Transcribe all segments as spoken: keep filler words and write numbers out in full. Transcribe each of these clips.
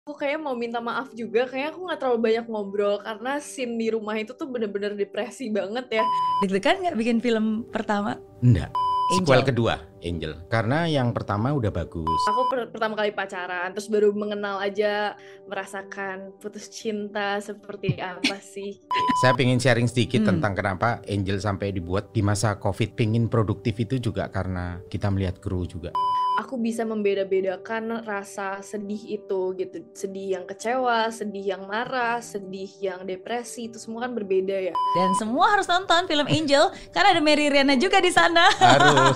Aku kayaknya mau minta maaf juga, kayaknya aku nggak terlalu banyak ngobrol karena scene di rumah itu tuh bener-bener depresi banget ya. Deg-degan nggak bikin film pertama? Enggak. Sequel Angel. kedua, Angel. Karena yang pertama udah bagus. Aku per- pertama kali pacaran, terus baru mengenal aja, merasakan putus cinta seperti apa sih. Saya pengen sharing sedikit Hmm. tentang kenapa Angel sampai dibuat di masa Covid. Pengen produktif itu juga karena kita melihat kru juga. Aku bisa membeda-bedakan rasa sedih itu gitu. Sedih yang kecewa, sedih yang marah, sedih yang depresi, itu semua kan berbeda ya. Dan semua harus nonton film Angel karena ada Mary Riana juga di sana. Harus.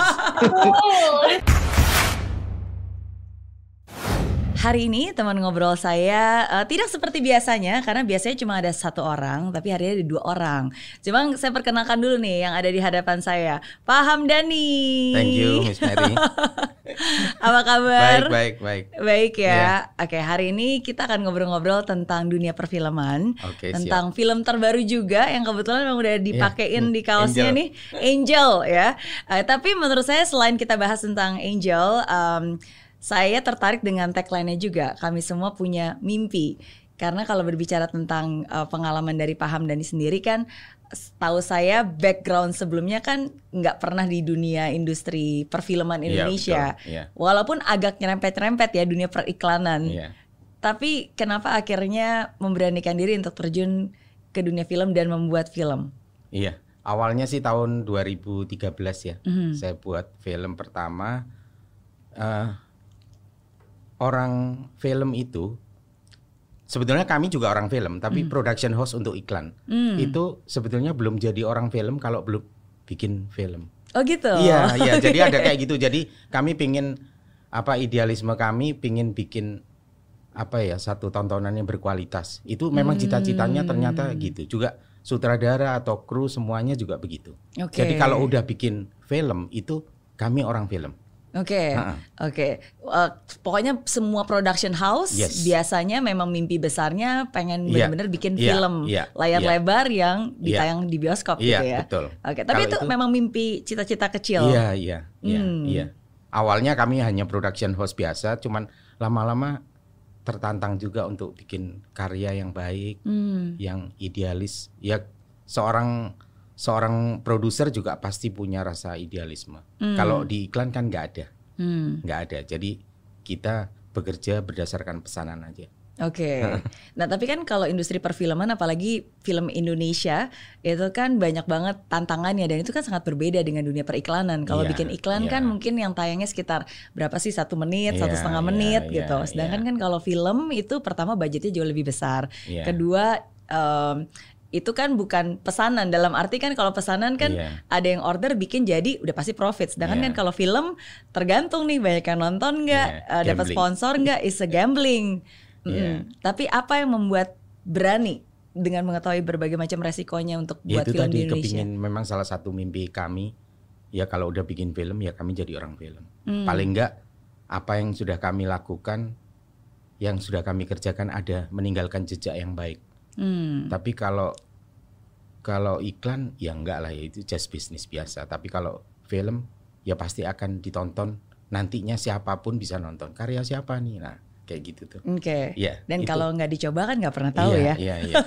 Hari ini teman ngobrol saya uh, tidak seperti biasanya karena biasanya cuma ada satu orang, tapi hari ini ada dua orang. Cuma saya perkenalkan dulu nih yang ada di hadapan saya, Pak Hamdani. Thank you, Miss Mary. Apa kabar? Baik, baik, baik. Baik ya. Yeah. Oke, hari ini kita akan ngobrol-ngobrol tentang dunia perfilman, Oke, tentang siap. film terbaru juga yang kebetulan memang udah dipakein Yeah. di kaosnya Angel. nih, Angel ya. Uh, tapi menurut saya selain kita bahas tentang Angel, um, saya tertarik dengan tagline-nya juga. Kami semua punya mimpi. Karena kalau berbicara tentang uh, pengalaman dari Pak Hamdani sendiri kan, tahu saya background sebelumnya kan nggak pernah di dunia industri perfilman Iya, Indonesia. betul. Iya. Walaupun agak nyerempet-nyerempet ya dunia periklanan. Iya. Tapi kenapa akhirnya memberanikan diri untuk terjun ke dunia film dan membuat film? Iya. Awalnya sih tahun dua ribu tiga belas ya. Mhm. Saya buat film pertama. Uh, orang film itu sebetulnya kami juga orang film, tapi Hmm. production house untuk iklan. Hmm. Itu sebetulnya belum jadi orang film kalau belum bikin film. Oh gitu? Iya, iya. Jadi Oke. ada kayak gitu. Jadi kami pingin apa idealisme kami pingin bikin apa ya satu tontonan yang berkualitas. Itu memang cita-citanya ternyata gitu. Juga sutradara atau kru semuanya juga begitu. Oke. Jadi kalau udah bikin film itu kami orang film. Oke, Ha-ha. oke. Uh, pokoknya semua production house Yes. biasanya memang mimpi besarnya pengen Iya. benar-benar bikin Iya, film iya, layar iya. lebar yang Iya. ditayang di bioskop Iya, gitu ya. betul. Oke, tapi Kalau itu, itu- memang mimpi cita-cita kecil. Iya, iya, iya, Hmm. iya. Awalnya kami hanya production house biasa, cuman lama-lama tertantang juga untuk bikin karya yang baik, Hmm. yang idealis. Ya seorang seorang produser juga pasti punya rasa idealisme. Hmm. Kalau di iklan kan nggak ada, Hmm. nggak ada. Jadi kita bekerja berdasarkan pesanan aja. Oke. Nah, tapi kan kalau industri perfilman apalagi film Indonesia itu kan banyak banget tantangannya dan itu kan sangat berbeda dengan dunia periklanan. Kalau Iya, bikin iklan iya. kan mungkin yang tayangnya sekitar berapa sih satu menit, Iya, satu setengah iya, menit iya, gitu. Sedangkan iya. kan kalau film itu pertama budgetnya jauh lebih besar. Iya. Kedua em, itu kan bukan pesanan, dalam arti kan kalau pesanan kan Iya. ada yang order bikin jadi udah pasti profit. Sedangkan Iya. kan kalau film tergantung nih banyak yang nonton nggak, Iya, eh, dapat gambling. sponsor nggak, is a gambling. Iya. Mm. Tapi apa yang membuat berani dengan mengetahui berbagai macam resikonya untuk Ya buat itu film tadi di Indonesia? kepingin memang salah satu mimpi kami. Ya kalau udah bikin film ya kami jadi orang film. Hmm. Paling enggak apa yang sudah kami lakukan, yang sudah kami kerjakan ada meninggalkan jejak yang baik. Hmm. Tapi kalau kalau iklan ya enggak lah ya itu just bisnis biasa. Tapi kalau film ya pasti akan ditonton nantinya siapapun bisa nonton. Karya siapa nih? Nah kayak gitu tuh. Oke. Iya, Dan itu. kalau nggak dicoba kan nggak pernah tahu Iya, ya. Iya, iya.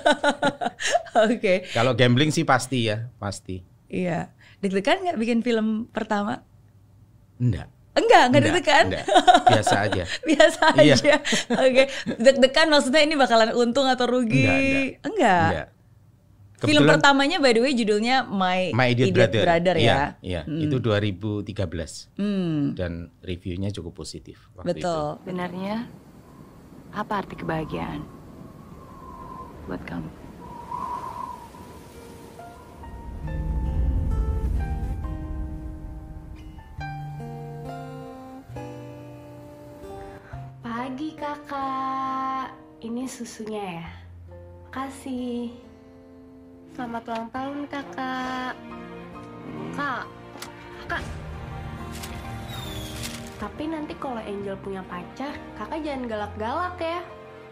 Oke. Kalau gambling sih pasti ya, pasti. Iya. Deg-degan nggak bikin film pertama? Enggak. Enggak, enggak Enggak, deg-degan. enggak. Biasa aja. Biasa Iya. aja. Oke. Deg-degan maksudnya ini bakalan untung atau rugi? Enggak, Enggak. Enggak. Film Kebetulan pertamanya by the way judulnya My, My Idiot, Brother, Brother ya. Iya, iya. Hmm. Itu dua ribu tiga belas Hmm. dan reviewnya cukup positif waktu Betul. Sebenarnya, apa arti kebahagiaan buat kamu? Pagi kakak, ini susunya ya. Makasih. Selamat ulang tahun kakak. Kak, kakak. Tapi nanti kalau Angel punya pacar, kakak jangan galak-galak ya.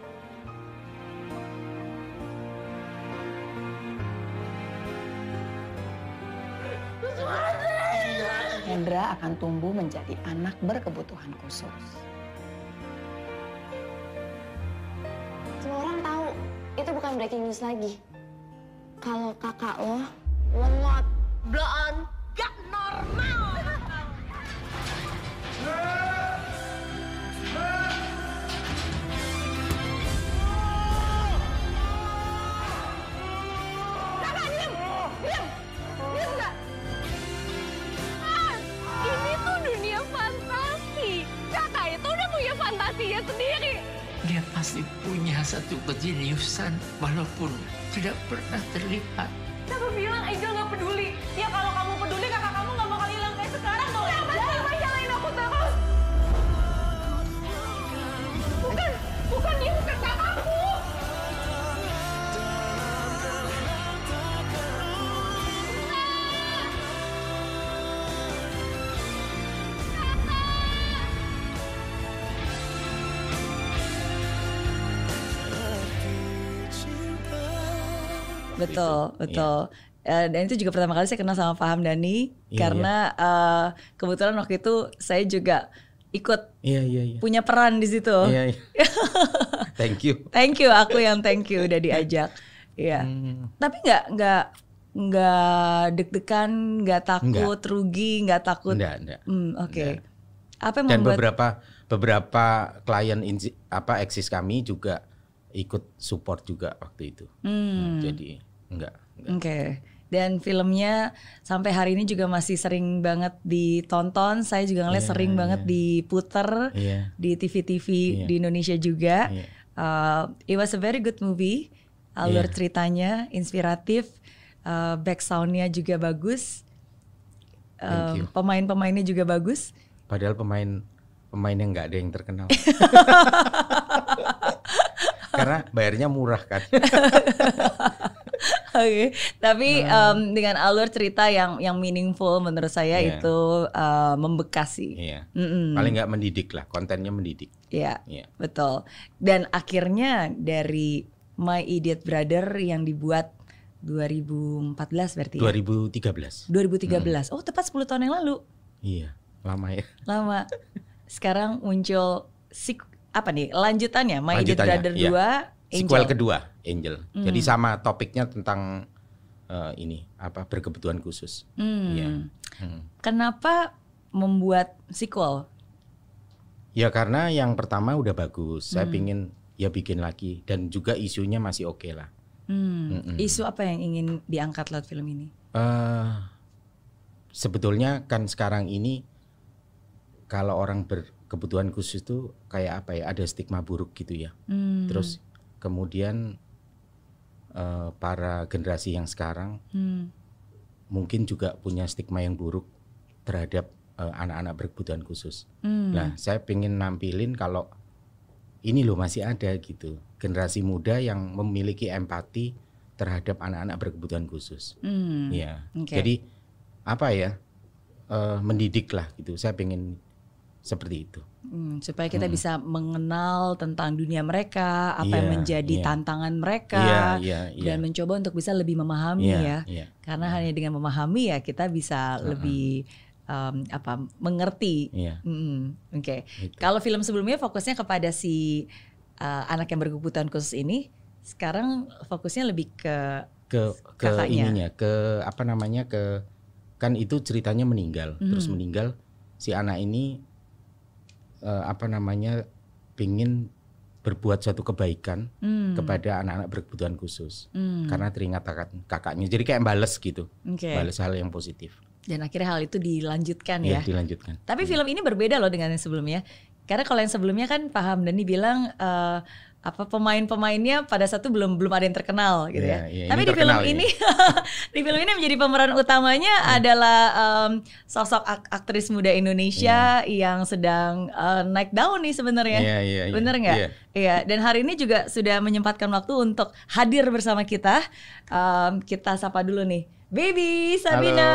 Hendra akan tumbuh menjadi anak berkebutuhan khusus. breaking news lagi. Kalau kakak lo lemot, blon, gak normal. Kakak diam, diam, diam gak? Ah, ini tuh dunia fantasi. Kakak itu udah punya fantasinya sendiri. Dia pasti punya satu kejeniusan walaupun tidak pernah terlihat. Siapa bilang Angel gak peduli? Ya kalau kamu peduli kakak kamu gak bakal hilang kayak sekarang dong. Siapa sih masalahin aku terus? Bukan, bukan dia bukan kakakku. Betul, Gitu, betul. Eh, dan itu juga pertama kali saya kenal sama Pak Hamdani Iya, karena eh, kebetulan waktu itu saya juga ikut Iya iya iya. punya peran di situ. Iya, iya. Thank you. Thank you, aku yang thank you udah diajak. Iya. Hmm. Tapi nggak nggak nggak deg-degan, nggak takut rugi, nggak takut. Enggak, enggak. Hmm, Oke. Apa yang Dan membuat? beberapa beberapa klien insi, apa eksis kami juga ikut support juga waktu itu. Hmm. Jadi enggak. enggak. Oke. Dan filmnya sampai hari ini juga masih sering banget ditonton. Saya juga ngeliat Iya, sering iya. banget diputer Iya. di T V T V Iya. di Indonesia juga. Iya. Uh, it was a very good movie. Alur Iya. ceritanya inspiratif, uh, back soundnya juga bagus. Thank you. Uh, pemain-pemainnya juga bagus. Padahal pemain pemain yang nggak ada yang terkenal. Karena bayarnya murah kan. Oke, tapi um, dengan alur cerita yang yang meaningful menurut saya Iya. itu uh, membekas sih. Iya. Mm-mm. Paling nggak mendidik lah, kontennya mendidik. Iya, Iya. betul. Dan akhirnya dari My Idiot Brother yang dibuat dua ribu empat belas berarti ya? dua ribu tiga belas. dua ribu tiga belas. Oh, tepat sepuluh tahun yang lalu. Iya, lama ya. Lama. Sekarang muncul sik apa nih? Lanjutannya My Idiot Lanjutannya, Brother iya. dua, Sequel Angel. kedua, Angel. Hmm. Jadi sama topiknya tentang eh, ini apa berkebutuhan khusus. Hmm. Iya. Hmm. Kenapa membuat sequel? Ya karena yang pertama udah bagus. Saya Hmm. pingin ya bikin lagi dan juga isunya masih oke lah. Hmm. Mm-mm. Isu apa yang ingin diangkat lewat film ini? Eh sebetulnya kan sekarang ini kalau orang berkebutuhan khusus itu kayak apa ya? Ada stigma buruk gitu ya. Hmm. Terus kemudian eh, para generasi yang sekarang Hmm. mungkin juga punya stigma yang buruk terhadap eh, anak-anak berkebutuhan khusus. Hmm. Nah, saya pengen nampilin kalau ini loh masih ada gitu generasi muda yang memiliki empati terhadap anak-anak berkebutuhan khusus. Hmm. Iya. Oke. Jadi apa ya eh, mendidik lah gitu. Saya pengen seperti itu. Hmm, supaya kita Hmm. bisa mengenal tentang dunia mereka, apa Iya, yang menjadi iya. tantangan mereka, Iya, iya, iya. dan mencoba untuk bisa lebih memahami Iya, ya. iya. Karena hanya dengan memahami ya kita bisa Uh-uh. lebih um, apa mengerti. Iya. Hmm, Oke. Gitu. Kalau film sebelumnya fokusnya kepada si uh, anak yang berkebutuhan khusus ini, sekarang fokusnya lebih ke ke ke kakaknya. ininya ke apa namanya ke kan itu ceritanya meninggal Hmm. terus meninggal si anak ini eh, apa namanya pingin berbuat suatu kebaikan hmm, kepada anak-anak berkebutuhan khusus hmm, karena teringat kakak, kakaknya jadi kayak bales gitu oke. bales hal yang positif Dan akhirnya hal itu dilanjutkan ya ya. dilanjutkan. Tapi film ini berbeda loh dengan yang sebelumnya. Karena kalau yang sebelumnya kan Pak Hamdani bilang eh, apa pemain-pemainnya pada satu belum belum ada yang terkenal gitu Iya, ya. iya, Tapi ini di film terkenal ini di film ini menjadi pemeran utamanya adalah em, sosok ak- aktris muda Indonesia yang sedang eh, naik daun nih sebenarnya. Iya, iya, iya. Bener nggak? Iya. Iya. Dan hari ini juga sudah menyempatkan waktu untuk hadir bersama kita. Em, kita sapa dulu nih, Baby Sabina.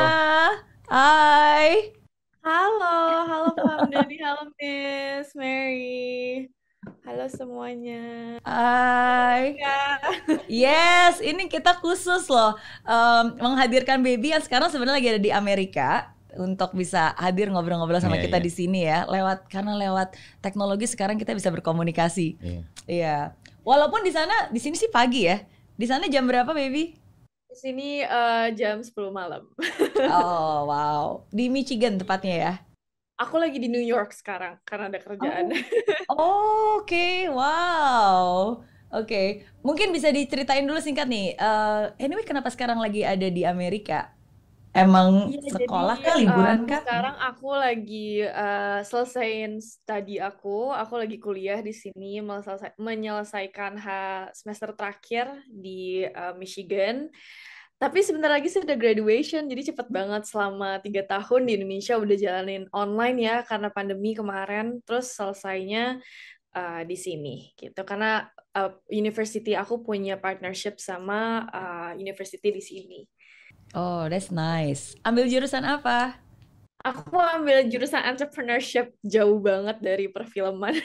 Hai. Halo, halo Pak Hamdani, halo Miss Mary. Halo semuanya. Hai. Ya. Yes, ini kita khusus loh em, menghadirkan Baby yang sekarang sebenarnya lagi ada di Amerika untuk bisa hadir ngobrol-ngobrol sama Iya, kita iya. di sini ya. Lewat karena lewat teknologi sekarang kita bisa berkomunikasi. Iya. Iya. Walaupun di sana di sini sih pagi ya. Di sana jam berapa, baby? Di sini uh, jam sepuluh malam. Oh, wow. Di Michigan tepatnya ya? Aku lagi di New York sekarang karena ada kerjaan. Oh, oh oke. Okay. Wow. Oke. Okay. Mungkin bisa diceritain dulu singkat nih. Uh, anyway, kenapa sekarang lagi ada di Amerika? Emang ya, sekolah kah, liburan um, kah? Sekarang aku lagi uh, selesaiin studi aku. Aku lagi kuliah di sini menyelesai- menyelesaikan semester terakhir di uh, Michigan. Tapi sebentar lagi sudah graduation, jadi cepet banget. Selama tiga tahun di Indonesia udah jalanin online ya karena pandemi kemarin. Terus selesainya uh, di sini gitu. Karena uh, university aku punya partnership sama uh, university di sini. Oh, that's nice. Ambil jurusan apa? Aku ambil jurusan entrepreneurship, jauh banget dari perfilman.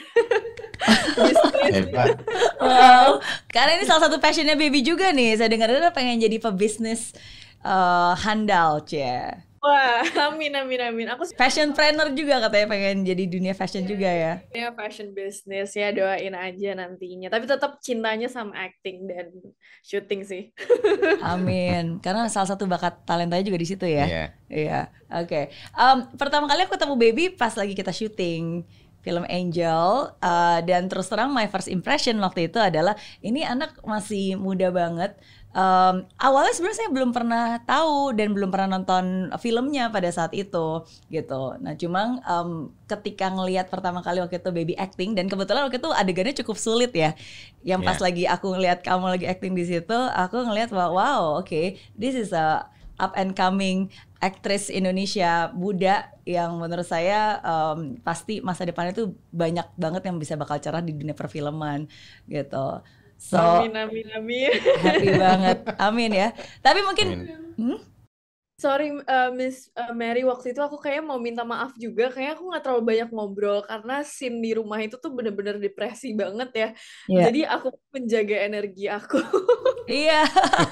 Hebat. Wow, karena ini salah satu passionnya baby juga nih. Saya dengar-dengar pengen jadi pebisnis uh, handal, cie. Wah, amin amin amin. Aku fashion planner juga katanya, pengen jadi dunia fashion yeah, juga ya. Ya fashion business ya, doain aja nantinya. Tapi tetap cintanya sama acting dan syuting sih. Amin. Karena salah satu bakat talentanya juga di situ ya. Iya. Iya. Oke. Okay. Um, pertama kali aku ketemu baby pas lagi kita syuting film Angel, uh, dan terus terang my first impression waktu itu adalah ini anak masih muda banget. Um, awalnya sebenarnya saya belum pernah tahu dan belum pernah nonton filmnya pada saat itu gitu. Nah cuma um, ketika ngelihat pertama kali waktu itu baby acting, dan kebetulan waktu itu adegannya cukup sulit ya. Yang pas yeah. lagi aku ngelihat kamu lagi acting di situ, aku ngelihat bahwa wow, oke, okay, this is a up and coming aktris Indonesia muda yang menurut saya um, pasti masa depannya tuh banyak banget yang bisa bakal cerah di dunia perfilman gitu. So, amin amin amin. Happy banget, amin ya. Tapi mungkin, hmm? sorry uh, Miss uh, Mary, waktu itu aku kayak mau minta maaf juga. Kayaknya aku nggak terlalu banyak ngobrol karena scene di rumah itu tuh bener-bener depresi banget ya. Yeah. Jadi aku menjaga energi aku. Iya.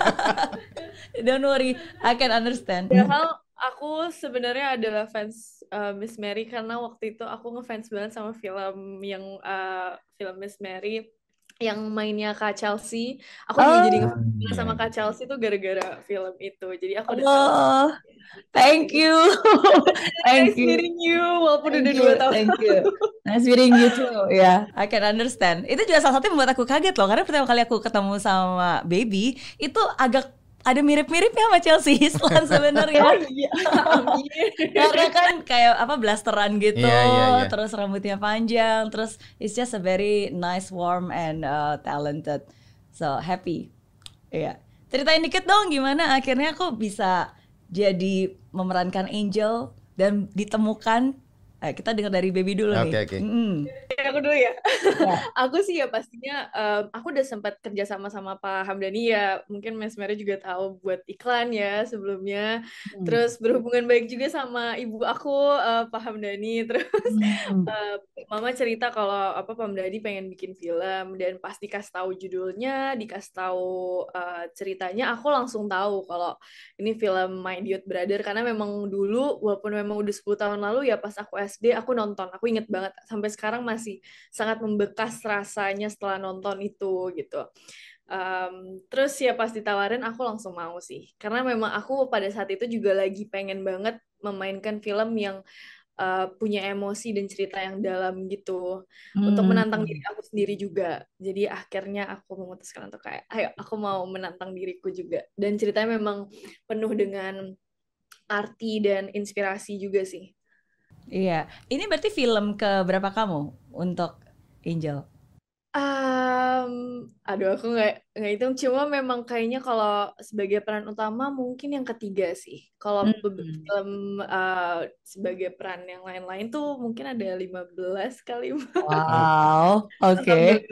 Don't worry, I can understand. Padahal aku sebenarnya adalah fans uh, Miss Mary karena waktu itu aku ngefans banget sama film yang uh, film Miss Mary yang mainnya Kak Chelsea. Aku oh. jadi ngefans sama Kak Chelsea tuh gara-gara film itu. Jadi aku udah oh, thank you. Thank nice you. meeting you walaupun thank udah dua tahun. Thank you. Nice meeting you too. Ya, yeah, I can understand. Itu juga salah satu yang membuat aku kaget loh, karena pertama kali aku ketemu sama baby itu agak ada mirip-miripnya sama Chelsea Islan sebenarnya. Oh, iya. Karena kan kayak apa blasteran gitu, yeah, yeah, yeah. terus rambutnya panjang, terus it's just a very nice, warm and uh, talented. So happy. Iya. Yeah. Ceritain dikit dong gimana akhirnya aku bisa jadi memerankan Angel dan ditemukan. Eh, kita dengar dari baby dulu okay, nih. Oke okay. mm. Aku dulu ya. Yeah. Aku sih ya pastinya um, aku udah sempat kerja sama sama Pak Hamdani ya. Mungkin Mas Mary juga tahu buat iklan ya sebelumnya. Mm. Terus berhubungan baik juga sama ibu aku uh, Pak Hamdani. Terus mm. uh, Mama cerita kalau apa Pak Hamdani pengen bikin film, dan pas dikasih tahu judulnya, dikasih tahu uh, ceritanya, aku langsung tahu kalau ini film My Idiot Brother, karena memang dulu walaupun memang udah sepuluh tahun lalu ya, pas aku S D aku nonton, aku inget banget sampai sekarang masih sangat membekas rasanya setelah nonton itu gitu. Um, terus ya pas ditawarin aku langsung mau sih, karena memang aku pada saat itu juga lagi pengen banget memainkan film yang uh, punya emosi dan cerita yang dalam gitu, hmm. untuk menantang diri aku sendiri juga. Jadi akhirnya aku memutuskan untuk kayak ayo aku mau menantang diriku juga, dan ceritanya memang penuh dengan arti dan inspirasi juga sih. Iya, ini berarti film ke berapa kamu untuk Angel? Um, aduh aku nggak nggak hitung, cuma memang kayaknya kalau sebagai peran utama mungkin yang ketiga sih. Kalau hmm. film uh, sebagai peran yang lain-lain tuh mungkin ada lima belas kali. Wow, oke. Okay.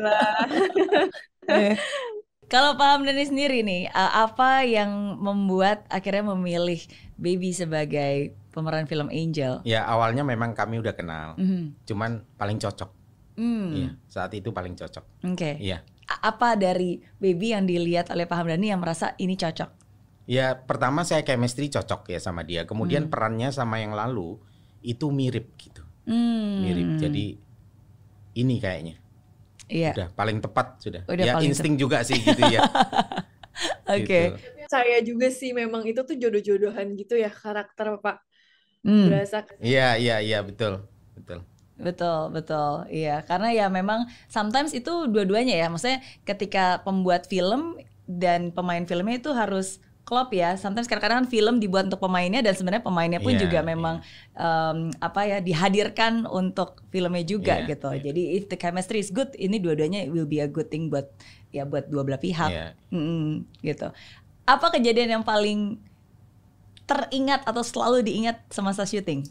Kalau Pak Hamdani sendiri nih, apa yang membuat akhirnya memilih baby sebagai pemeran film Angel? Ya awalnya memang kami udah kenal, mm-hmm. cuman paling cocok. Mm. Iya, saat itu paling cocok. Oke. Okay. Iya. Apa dari baby yang dilihat oleh Pak Hamdani yang merasa ini cocok? Ya pertama saya chemistry cocok ya sama dia. Kemudian mm. perannya sama yang lalu itu mirip gitu, mm. mirip. Jadi ini kayaknya. Iya. Udah paling tepat sudah. Udah ya insting tepat juga sih gitu ya. Oke. Gitu. Saya juga sih memang itu tuh jodoh-jodohan gitu ya karakter Pak. Hmm. Berasa. Iya, iya, iya, betul. Betul. Betul, betul. Iya, karena ya memang sometimes itu dua-duanya ya. Maksudnya ketika pembuat film dan pemain filmnya itu harus klop ya. Sometimes kadang-kadang film dibuat untuk pemainnya dan sebenarnya pemainnya pun yeah, juga memang yeah. um, apa ya dihadirkan untuk filmnya juga yeah, gitu. Yeah. Jadi if the chemistry is good, ini dua-duanya will be a good thing buat ya buat dua belah pihak. Yeah. Hmm, gitu. Apa kejadian yang paling teringat atau selalu diingat semasa syuting?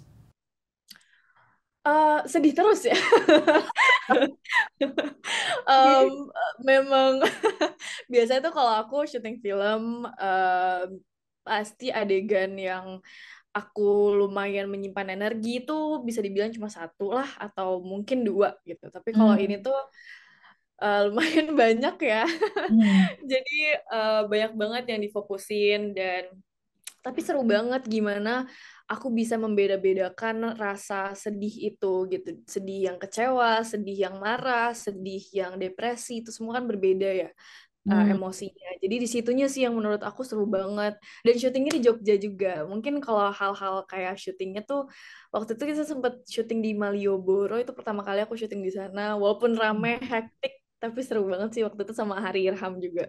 Uh, sedih terus ya. um, memang biasanya tuh kalau aku syuting film uh, pasti adegan yang aku lumayan menyimpan energi itu bisa dibilang cuma satu lah atau mungkin dua gitu. Tapi kalau hmm. ini tuh uh, lumayan banyak ya. Hmm. Jadi uh, banyak banget yang difokusin dan tapi seru banget gimana aku bisa membeda-bedakan rasa sedih itu gitu. Sedih yang kecewa, sedih yang marah, sedih yang depresi, itu semua kan berbeda ya hmm. uh, emosinya. Jadi di situnya sih yang menurut aku seru banget. Dan syutingnya di Jogja juga. Mungkin kalau hal-hal kayak syutingnya tuh waktu itu kita sempat syuting di Malioboro, itu pertama kali aku syuting di sana. Walaupun rame, hektik, tapi seru banget sih waktu itu sama Hari Irham juga.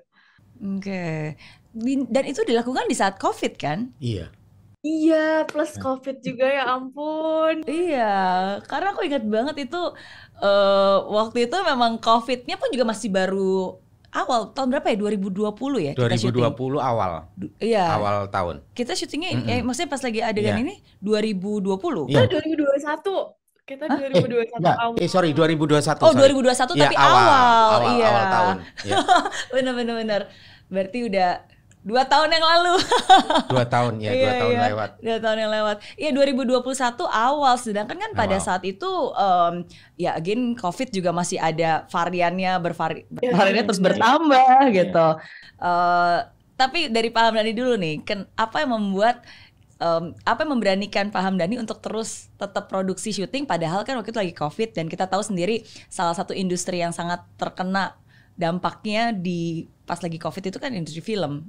Oke. Okay. Dan itu dilakukan di saat COVID kan? Iya. Iya, plus COVID juga ya ampun. Iya, karena aku ingat banget itu uh, waktu itu memang COVID-nya pun juga masih baru awal tahun berapa ya? dua ribu dua puluh ya kita syuting. dua ribu dua puluh awal. Du- iya. Awal tahun. Kita syutingnya mm-hmm. eh, maksudnya pas lagi adegan yeah. ini dua ribu dua puluh. Iya, dua ribu dua puluh satu. Kita Hah? dua ribu dua puluh satu eh, awal. Eh sorry dua ribu dua puluh satu. Oh, sorry. dua ribu dua puluh satu ya, tapi awal. awal. Awal, iya. awal tahun. Ya. Benar benar benar. Berarti udah dua tahun yang lalu. Dua tahun ya, dua iya, tahun iya. lewat. Dua tahun yang lewat. Iya, dua ribu dua puluh satu awal, sedangkan kan pada awal. saat itu um, ya again COVID juga masih ada variannya bervari ya, variannya ya, terus ya. bertambah ya. gitu. Uh, tapi dari Pak Hamdani dulu nih, kan apa yang membuat um, apa yang memberanikan Pak Hamdani untuk terus tetap produksi syuting padahal kan waktu itu lagi COVID dan kita tahu sendiri salah satu industri yang sangat terkena dampaknya di pas lagi COVID itu kan industri film.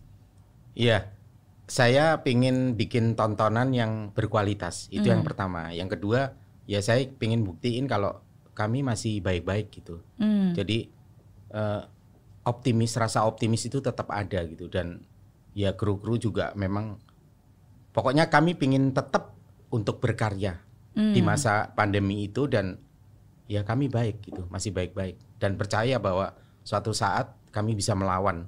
Iya, hmm. saya pingin bikin tontonan yang berkualitas. Itu hmm. yang pertama. Yang kedua, ya saya pingin buktiin kalau kami masih baik-baik gitu. Hmm. Jadi uh, optimis, rasa optimis itu tetap ada gitu. Dan ya kru-kru juga memang, pokoknya kami pingin tetap untuk berkarya hmm. di masa pandemi itu dan ya kami baik gitu, masih baik-baik. Dan percaya bahwa suatu saat kami bisa melawan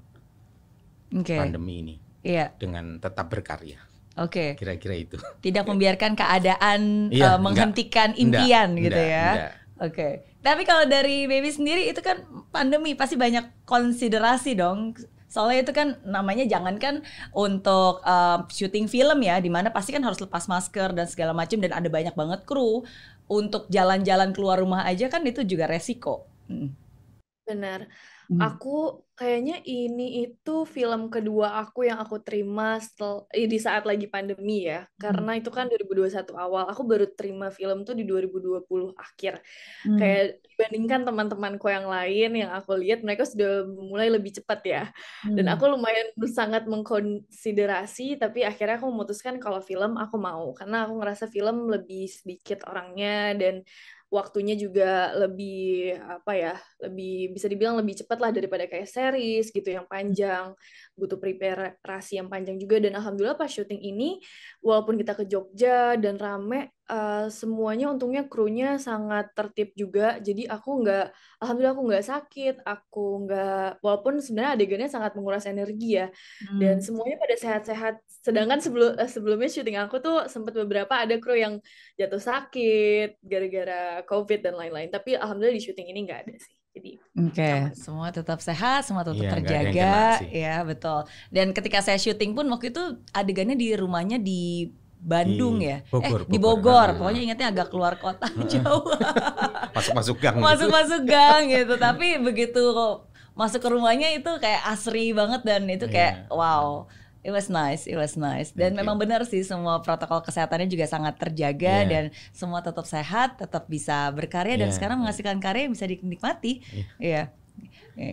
okay. pandemi ini yeah. dengan tetap berkarya. Oke. Okay. Kira-kira itu. Tidak membiarkan keadaan iya, uh, menghentikan enggak, impian enggak, gitu enggak, ya. Oke. Okay. Tapi kalau dari Baby sendiri itu kan pandemi pasti banyak konsiderasi dong. Soalnya itu kan namanya jangankan untuk uh, syuting film ya, dimana pasti kan harus lepas masker dan segala macam dan ada banyak banget kru. Untuk jalan-jalan keluar rumah aja kan itu juga resiko. Hmm. Benar. Hmm. Aku kayaknya ini itu film kedua aku yang aku terima setel, eh, di saat lagi pandemi ya. Hmm. Karena itu kan dua ribu dua puluh satu awal. Aku baru terima film tuh di dua ribu dua puluh akhir. Hmm. Kayak dibandingkan teman-temanku yang lain yang aku lihat mereka sudah mulai lebih cepat ya. Hmm. Dan aku lumayan sangat mengkonsiderasi tapi akhirnya aku memutuskan kalau film aku mau. Karena aku ngerasa film lebih sedikit orangnya dan waktunya juga lebih apa ya, lebih bisa dibilang lebih cepat lah daripada kayak series gitu yang panjang, butuh preparasi yang panjang juga. Dan alhamdulillah pas syuting ini walaupun kita ke Jogja dan rame, uh, semuanya untungnya krunya sangat tertib juga. Jadi aku nggak, alhamdulillah aku nggak sakit, aku nggak, walaupun sebenarnya adegannya sangat menguras energi ya. Hmm. Dan semuanya pada sehat-sehat. Sedangkan sebelum sebelumnya syuting aku tuh sempat beberapa ada kru yang jatuh sakit gara-gara COVID dan lain-lain. Tapi alhamdulillah di syuting ini nggak ada sih. Jadi oke, okay. semua tetap sehat, semua tetap ya, terjaga, ya betul. Dan ketika saya syuting pun waktu itu adegannya di rumahnya di Bandung di ya, Bogor, eh di Bogor, Bogor. Pokoknya ingatnya agak keluar kota jauh. Masuk-masuk gang. Masuk-masuk gitu. gang gitu. Tapi begitu masuk ke rumahnya itu kayak asri banget dan itu kayak yeah. wow. It was nice, it was nice. Dan okay. memang benar sih semua protokol kesehatannya juga sangat terjaga yeah. dan semua tetap sehat, tetap bisa berkarya yeah. dan sekarang menghasilkan karya yang bisa dinikmati. Iya. Yeah. Yeah.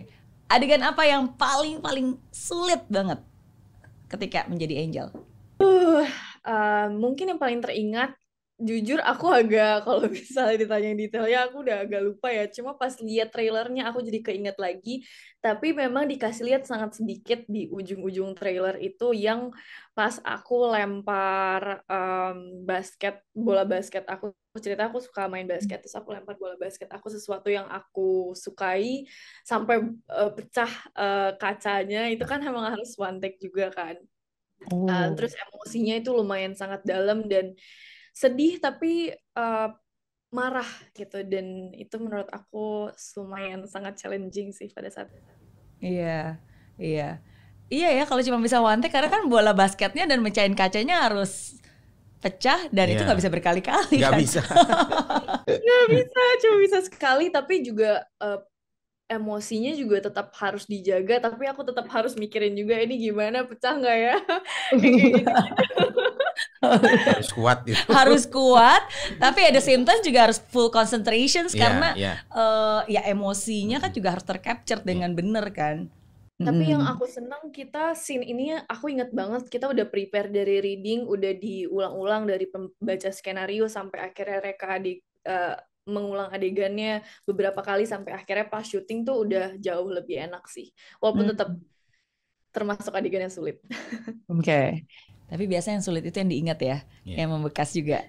adegan apa yang paling-paling sulit banget ketika menjadi Angel? Uh, uh, mungkin yang paling teringat, jujur aku agak, kalau misalnya ditanya yang detailnya aku udah agak lupa ya. Cuma pas lihat trailernya aku jadi keinget lagi. Tapi memang dikasih lihat sangat sedikit di ujung-ujung trailer itu yang pas aku lempar um, basket, bola basket. Aku cerita aku suka main basket, terus aku lempar bola basket. Aku sesuatu yang aku sukai sampai uh, pecah uh, kacanya. Itu kan emang harus one take juga kan. Uh, Oh. terus emosinya itu lumayan sangat dalam dan sedih tapi uh, marah gitu, dan itu menurut aku lumayan sangat challenging sih pada saat itu. Iya, iya. Iya ya, kalau cuma bisa one take karena kan bola basketnya dan mecahin kacanya harus pecah dan itu Iya. nggak bisa berkali-kali Nggak kan. bisa. Nggak bisa, cuma bisa sekali, tapi juga uh, emosinya juga tetap harus dijaga, tapi aku tetap harus mikirin juga ini gimana, pecah nggak ya? Kayak gitu. Harus kuat gitu. Harus kuat, tapi at the same time juga harus full concentration Iya, karena iya. eh, ya emosinya kan juga harus tercapture dengan bener kan. Tapi yang Mm. aku senang, kita scene ini aku ingat banget, kita udah prepare dari reading, udah diulang-ulang dari pembaca skenario sampai akhirnya reka adik uh, mengulang adegannya beberapa kali sampai akhirnya pas syuting tuh udah jauh lebih enak sih. Walaupun tetap termasuk adegan yang sulit. Oke. Okay. Tapi biasanya yang sulit itu yang diingat ya, Yeah. yang membekas juga.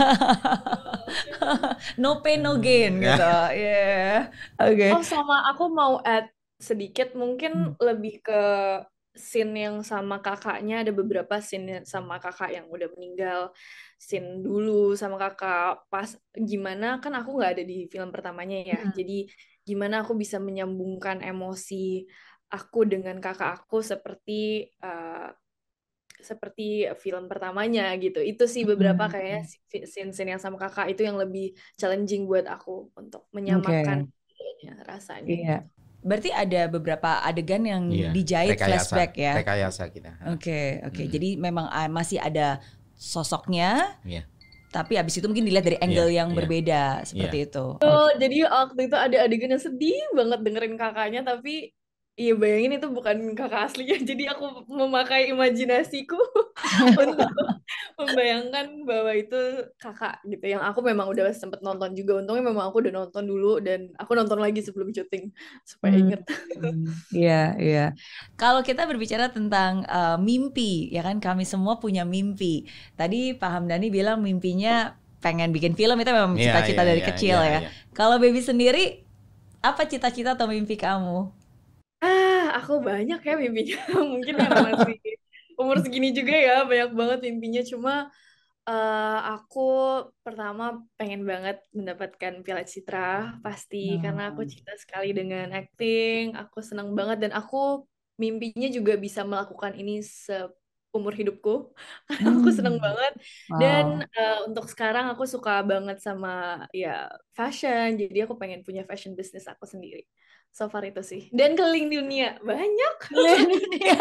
No pain no gain gitu. Yeah. Oke. Okay. Oh, sama aku mau add sedikit, mungkin hmm. lebih ke scene yang sama kakaknya. Ada beberapa scene sama kakak yang udah meninggal, scene dulu sama kakak pas gimana, kan aku nggak ada di film pertamanya ya, hmm. jadi gimana aku bisa menyambungkan emosi aku dengan kakak aku seperti uh, seperti film pertamanya gitu. Itu sih beberapa kayaknya scene-scene yang sama kakak itu yang lebih challenging buat aku untuk menyamakan okay. rasanya. Iya. Gitu. Berarti ada beberapa adegan yang iya, dijahit rekayasa, flashback ya. Rekayasa kita. Oke, okay, oke. Okay. Hmm. Jadi memang uh, masih ada sosoknya. Iya. Tapi abis itu mungkin dilihat dari angle yeah, yang yeah. berbeda seperti yeah. itu. Oh, okay. Jadi waktu itu ada adegan yang sedih banget dengerin kakaknya, tapi iya bayangin itu bukan kakak aslinya, jadi aku memakai imajinasiku untuk membayangkan bahwa itu kakak gitu, yang aku memang udah sempet nonton juga. Untungnya memang aku udah nonton dulu dan aku nonton lagi sebelum syuting supaya inget. Iya, iya. Kalau kita berbicara tentang uh, mimpi, ya kan kami semua punya mimpi. Tadi Pak Hamdani bilang mimpinya pengen bikin film, itu memang cita-cita yeah, yeah, dari yeah, kecil yeah, ya. Yeah. Kalau Baby sendiri, apa cita-cita atau mimpi kamu? Ah, aku banyak ya mimpinya. Mungkin karena masih umur segini juga ya, banyak banget mimpinya. Cuma uh, aku pertama pengen banget mendapatkan Piala Citra, pasti. Hmm. Karena aku cinta sekali dengan acting, aku senang banget. Dan aku mimpinya juga bisa melakukan ini seumur hidupku. Karena aku senang banget. Wow. Dan uh, untuk sekarang aku suka banget sama ya fashion. Jadi aku pengen punya fashion business aku sendiri. So far itu sih. Dan keliling dunia. Banyak. Keliling dunia.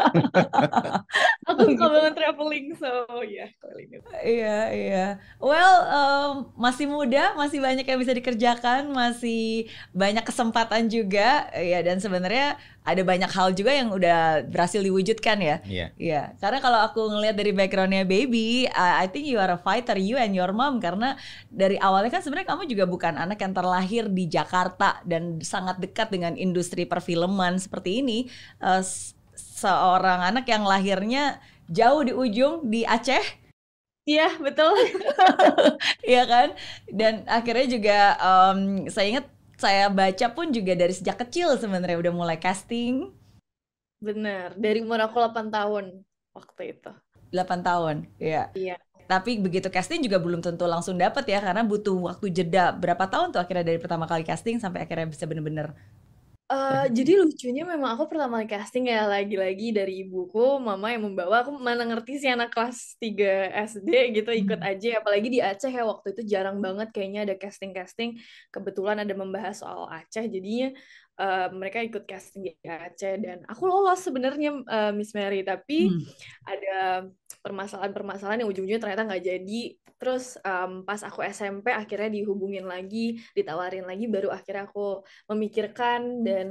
Aku suka banget traveling. So ya yeah, keliling dunia. Iya, iya. Well, um, masih muda. Masih banyak yang bisa dikerjakan. Masih banyak kesempatan juga. Ya, dan sebenarnya ada banyak hal juga yang udah berhasil diwujudkan ya. Iya. Yeah. Yeah. Karena kalau aku ngelihat dari backgroundnya Baby, I think you are a fighter, you and your mom. Karena dari awalnya kan sebenarnya kamu juga bukan anak yang terlahir di Jakarta dan sangat dekat dengan industri perfilman seperti ini. Uh, seorang anak yang lahirnya jauh di ujung di Aceh. Iya, betul. Iya kan? Dan akhirnya juga um, saya ingat saya baca pun juga dari sejak kecil sebenarnya udah mulai casting. Bener, dari umur aku delapan tahun waktu itu. delapan tahun, iya. Iya. Tapi begitu casting juga belum tentu langsung dapat ya, karena butuh waktu jeda berapa tahun tuh akhirnya dari pertama kali casting sampai akhirnya bisa bener-bener. Uh, jadi lucunya memang aku pertama kali casting ya lagi-lagi dari ibuku, mama yang membawa. Aku mana ngerti sih anak kelas tiga S D gitu ikut aja, apalagi di Aceh ya waktu itu jarang banget kayaknya ada casting-casting. Kebetulan ada membahas soal Aceh, jadinya uh, mereka ikut casting di Aceh dan aku lolos sebenarnya uh, Miss Mary, tapi hmm. ada permasalahan-permasalahan yang ujung-ujungnya ternyata nggak jadi. Terus um, pas aku S M P akhirnya dihubungin lagi, ditawarin lagi, baru akhirnya aku memikirkan dan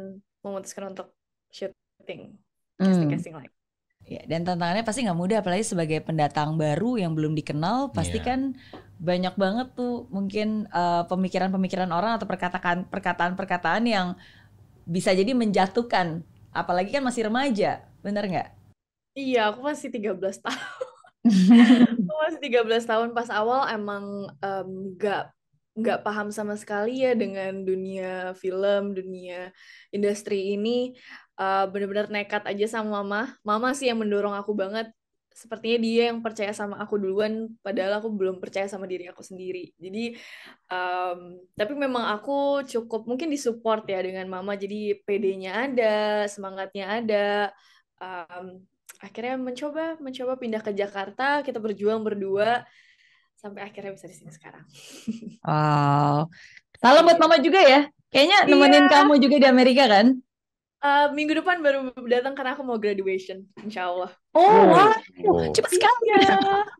memutuskan untuk syuting Hmm. casting-casting lagi. Ya, dan tantangannya pasti nggak mudah, apalagi sebagai pendatang baru yang belum dikenal, pasti Iya. kan banyak banget tuh mungkin uh, pemikiran-pemikiran orang atau perkataan perkataan-perkataan yang bisa jadi menjatuhkan, apalagi kan masih remaja, bener nggak? Iya, aku masih tiga belas tahun. Aku masih tiga belas tahun. Pas awal emang em, nggak nggak paham sama sekali ya dengan dunia film, dunia industri ini. Eh, bener-bener nekat aja sama mama. Mama sih yang mendorong aku banget. Sepertinya dia yang percaya sama aku duluan, padahal aku belum percaya sama diri aku sendiri. Jadi, em, tapi memang aku cukup mungkin disupport ya dengan mama. Jadi P D-nya ada, semangatnya ada. Em, akhirnya mencoba mencoba pindah ke Jakarta, kita berjuang berdua sampai akhirnya bisa di sini sekarang. Wow. Salam buat mama juga ya. Kayaknya nemenin Iya. kamu juga di Amerika kan? Uh, minggu depan baru datang karena aku mau graduation, insya Allah. Oh, wow. Oh. Cepat sekali. Iya.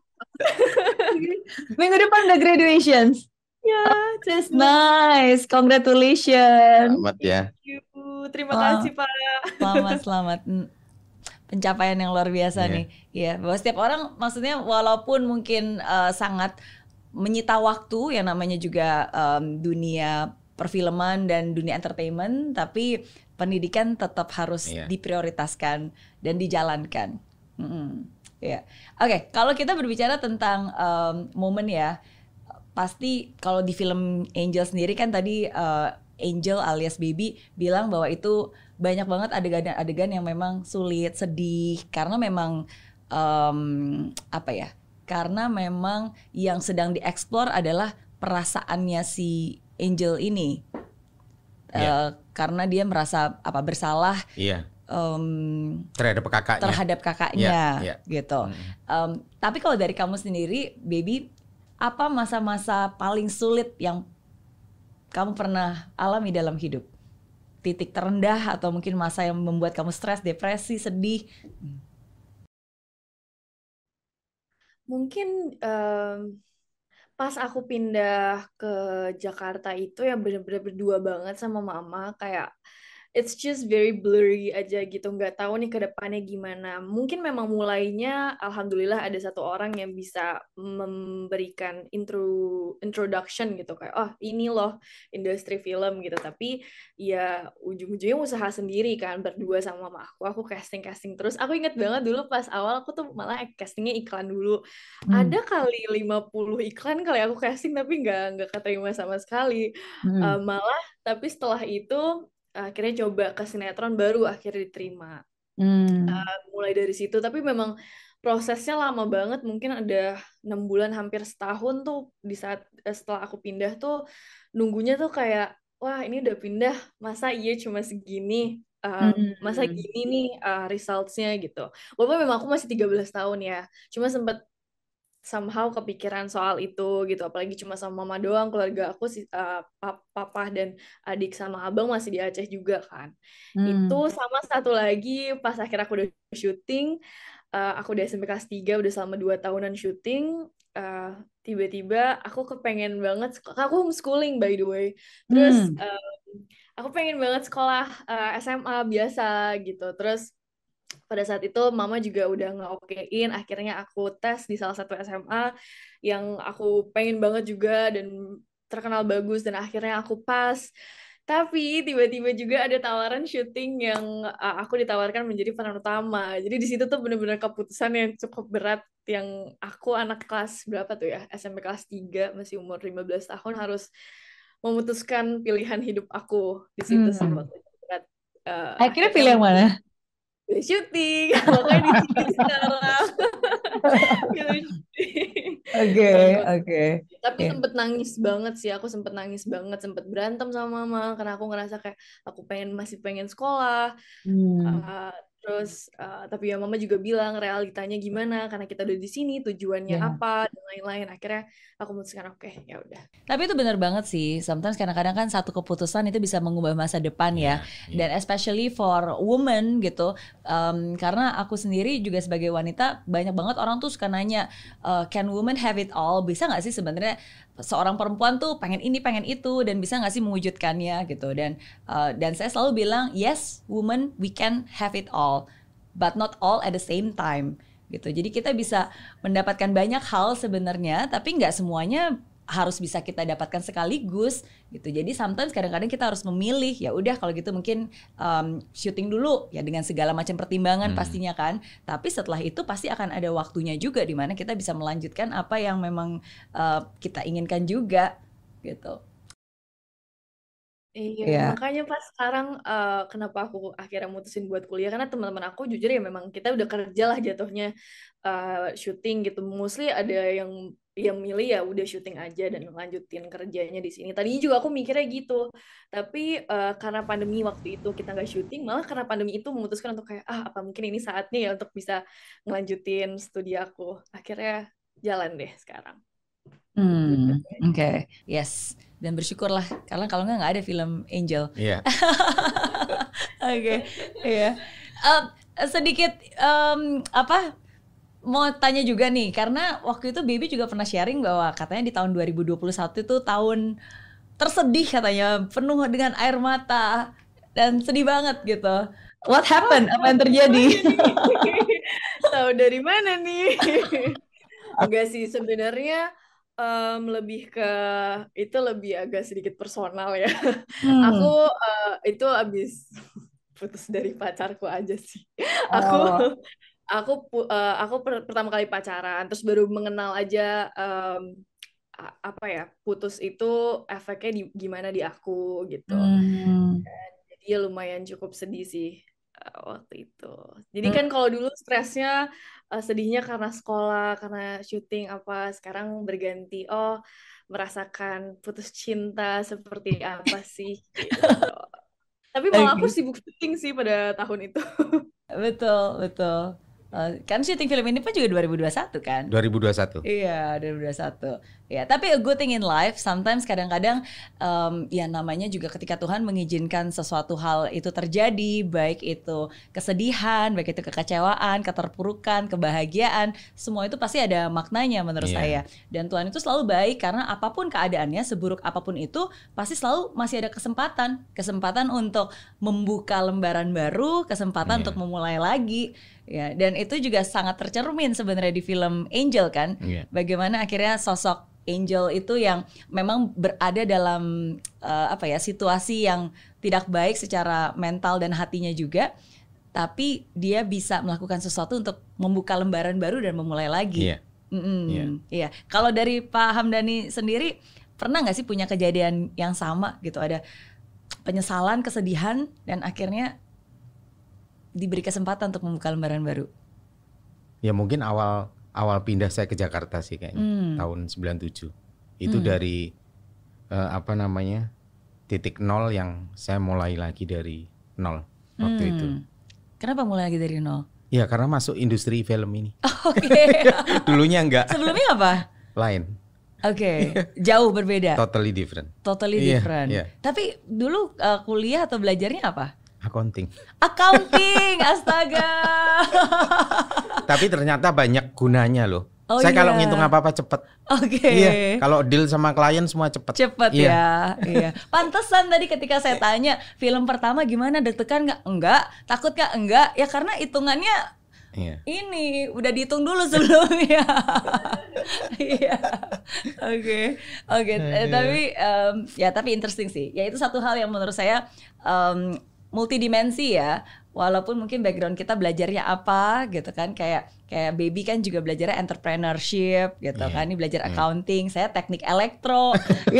Minggu depan udah graduation. Ya, That's nice. Congratulations. Selamat ya. thank you. Terima Wah. kasih, Pak. Selamat, selamat. Hmm, Pencapaian yang luar biasa Iya. nih. Iya, bahwa setiap orang maksudnya walaupun mungkin uh, sangat menyita waktu yang namanya juga um, dunia perfilman dan dunia entertainment, tapi pendidikan tetap harus Iya. diprioritaskan dan dijalankan. Mm-mm. Iya. Oke, kalau kita berbicara tentang um, momen ya, pasti kalau di film Angel sendiri kan tadi uh, Angel alias Baby bilang bahwa itu banyak banget adegan-adegan yang memang sulit, sedih, karena memang um, apa ya? Karena memang yang sedang dieksplor adalah perasaannya si Angel ini. Iya. Uh, karena dia merasa apa bersalah Iya. um, Terhadap kakaknya. terhadap kakaknya, Iya, iya. gitu. Mm. Um, tapi kalau dari kamu sendiri, Baby, apa masa-masa paling sulit yang kamu pernah alami dalam hidup? Titik terendah atau mungkin masa yang membuat kamu stres, depresi, sedih? Mungkin em, pas aku pindah ke Jakarta itu ya bener-bener berdua banget sama mama, kayak it's just very blurry aja gitu, nggak tahu nih ke depannya gimana. Mungkin memang mulainya alhamdulillah ada satu orang yang bisa memberikan intro introduction gitu, kayak oh ini loh industri film gitu, tapi ya ujung-ujungnya usaha sendiri kan berdua sama mama aku. Aku casting-casting terus. Aku inget banget dulu pas awal aku tuh malah castingnya iklan dulu. Hmm. Ada kali lima puluh iklan kali aku casting tapi nggak nggak keterima sama sekali. Hmm. Uh, malah tapi setelah itu akhirnya coba ke sinetron baru akhirnya diterima. Hmm. Uh, mulai dari situ, tapi memang prosesnya lama banget, mungkin ada enam bulan hampir setahun tuh. Di saat eh, setelah aku pindah tuh nunggunya tuh kayak wah ini udah pindah masa iya cuma segini, uh, Hmm. masa gini nih uh, results-nya gitu. Walaupun memang aku masih tiga belas tahun ya, cuma sempet somehow kepikiran soal itu gitu, apalagi cuma sama mama doang. Keluarga aku sih uh, papa dan adik sama abang masih di Aceh juga kan. Hmm. Itu sama satu lagi pas akhir aku udah syuting, uh, aku udah S M P kelas tiga, udah selama dua tahunan syuting, uh, tiba-tiba aku kepengen banget, aku homeschooling by the way, terus Hmm. um, aku pengen banget sekolah uh, S M A biasa gitu. Terus pada saat itu mama juga udah nge-okein, akhirnya aku tes di salah satu S M A yang aku pengen banget juga dan terkenal bagus, dan akhirnya aku pas. Tapi tiba-tiba juga ada tawaran syuting yang uh, aku ditawarkan menjadi peran utama. Jadi di situ tuh benar-benar keputusan yang cukup berat, yang aku anak kelas berapa tuh ya, S M P kelas tiga, masih umur lima belas tahun, harus memutuskan pilihan hidup aku di situ sih Hmm. waktu itu berat. Uh, Akhirnya pilih yang mana? pilih syuting, makanya di sini sekarang. Pilih syuting. Oke, oke. Tapi Oke. sempet nangis banget sih, aku sempet nangis banget, sempet berantem sama mama karena aku ngerasa kayak aku pengen masih pengen sekolah. Hmm. Uh, terus uh, tapi ya mama juga bilang realitanya gimana karena kita udah di sini, tujuannya Ya. apa dan lain-lain. Akhirnya aku memutuskan oke, ya udah. Tapi itu benar banget sih. Sometimes kadang-kadang kan satu keputusan itu bisa mengubah masa depan ya. Iya, iya. Dan especially for women gitu. Um, karena aku sendiri juga sebagai wanita, banyak banget orang tuh suka nanya, uh, can women have it all? Bisa nggak sih sebenarnya seorang perempuan tuh pengen ini pengen itu dan bisa nggak sih mewujudkannya gitu. Dan uh, dan saya selalu bilang yes, woman we can have it all, but not all at the same time gitu. Jadi kita bisa mendapatkan banyak hal sebenarnya, tapi nggak semuanya harus bisa kita dapatkan sekaligus gitu. Jadi sometimes kadang-kadang kita harus memilih, ya udah kalau gitu mungkin um, syuting dulu ya dengan segala macam pertimbangan hmm. pastinya kan. Tapi setelah itu pasti akan ada waktunya juga di mana kita bisa melanjutkan apa yang memang uh, kita inginkan juga gitu. Iya, yeah. Makanya pas sekarang uh, kenapa aku akhirnya mutusin buat kuliah, karena teman-teman aku jujur ya memang kita udah kerja lah jatuhnya uh, syuting gitu. Mostly ada yang yang milih ya udah syuting aja dan lanjutin kerjanya di sini. Tadinya juga aku mikirnya gitu, tapi uh, karena pandemi waktu itu kita nggak syuting, malah karena pandemi itu memutuskan untuk kayak ah apa mungkin ini saatnya ya untuk bisa ngelanjutin studi aku. Akhirnya jalan deh sekarang. Hmm, oke, okay. Yes. Dan bersyukurlah karena kalau nggak nggak ada film Angel. Iya. Oke, iya. Sedikit um, apa? Mau tanya juga nih, karena waktu itu Baby juga pernah sharing bahwa katanya di tahun dua ribu dua puluh satu itu tahun tersedih katanya, penuh dengan air mata dan sedih banget gitu. What happened? Apa yang terjadi? Tahu dari mana nih? Enggak sih, sebenarnya um, lebih ke itu lebih agak sedikit personal ya. Hmm. Aku uh, itu abis putus dari pacarku aja sih. Oh. Aku aku uh, aku per pertama kali pacaran, terus baru mengenal aja um, apa ya, putus itu efeknya di, gimana di aku gitu. Hmm. Dan, jadi ya lumayan cukup sedih sih uh, waktu itu. Jadi hmm. kan kalau dulu stresnya uh, sedihnya karena sekolah, karena syuting apa, sekarang berganti oh merasakan putus cinta seperti apa sih gitu. Tapi malah aku sibuk syuting sih pada tahun itu. Betul, betul. Uh, kan syuting film ini pun juga dua ribu dua puluh satu kan? dua ribu dua puluh satu. Iya, dua ribu dua puluh satu. Ya, tapi a good thing in life, sometimes kadang-kadang um, ya namanya juga ketika Tuhan mengizinkan sesuatu hal itu terjadi, baik itu kesedihan, baik itu kekecewaan, keterpurukan, kebahagiaan, semua itu pasti ada maknanya menurut yeah. saya. Dan Tuhan itu selalu baik karena apapun keadaannya, seburuk apapun itu, pasti selalu masih ada kesempatan, kesempatan untuk membuka lembaran baru, kesempatan yeah. untuk memulai lagi. Ya, dan itu juga sangat tercermin sebenarnya di film Angel kan, yeah. bagaimana akhirnya sosok Angel itu yang memang berada dalam uh, apa ya situasi yang tidak baik secara mental dan hatinya juga, tapi dia bisa melakukan sesuatu untuk membuka lembaran baru dan memulai lagi. Iya. Yeah. Yeah. Yeah. Kalau dari Pak Hamdani sendiri pernah nggak sih punya kejadian yang sama gitu, ada penyesalan, kesedihan, dan akhirnya diberi kesempatan untuk membuka lembaran baru? Ya mungkin awal awal pindah saya ke Jakarta sih kayaknya hmm. tahun sembilan puluh tujuh. Itu hmm. dari uh, apa namanya titik nol yang saya mulai lagi dari nol waktu hmm. itu. Kenapa mulai lagi dari nol? Ya karena masuk industri film ini. Oke. Okay. Dulunya enggak. Sebelumnya apa? Lain. Oke, okay. Jauh berbeda. Totally different. Totally different. Yeah, yeah. Tapi dulu uh, kuliah atau belajarnya apa? Accounting. Accounting, astaga. Tapi ternyata banyak gunanya loh. Oh, saya iya. kalau ngitung apa-apa cepet. Oke. Okay. Iya. Kalau deal sama klien semua cepet. Cepet iya. ya. Iya. Pantesan tadi ketika saya tanya film pertama gimana, deg-degan nggak? Enggak. Takut nggak? Enggak. Ya karena hitungannya iya. ini udah dihitung dulu sebelumnya. Iya. Oke. Oke. Tapi um, ya tapi interesting sih. Ya itu satu hal yang menurut saya um, multidimensi ya, walaupun mungkin background kita belajarnya apa gitu kan, kayak kayak Baby kan juga belajarnya entrepreneurship gitu yeah. kan, ini belajar yeah. accounting, saya teknik elektro.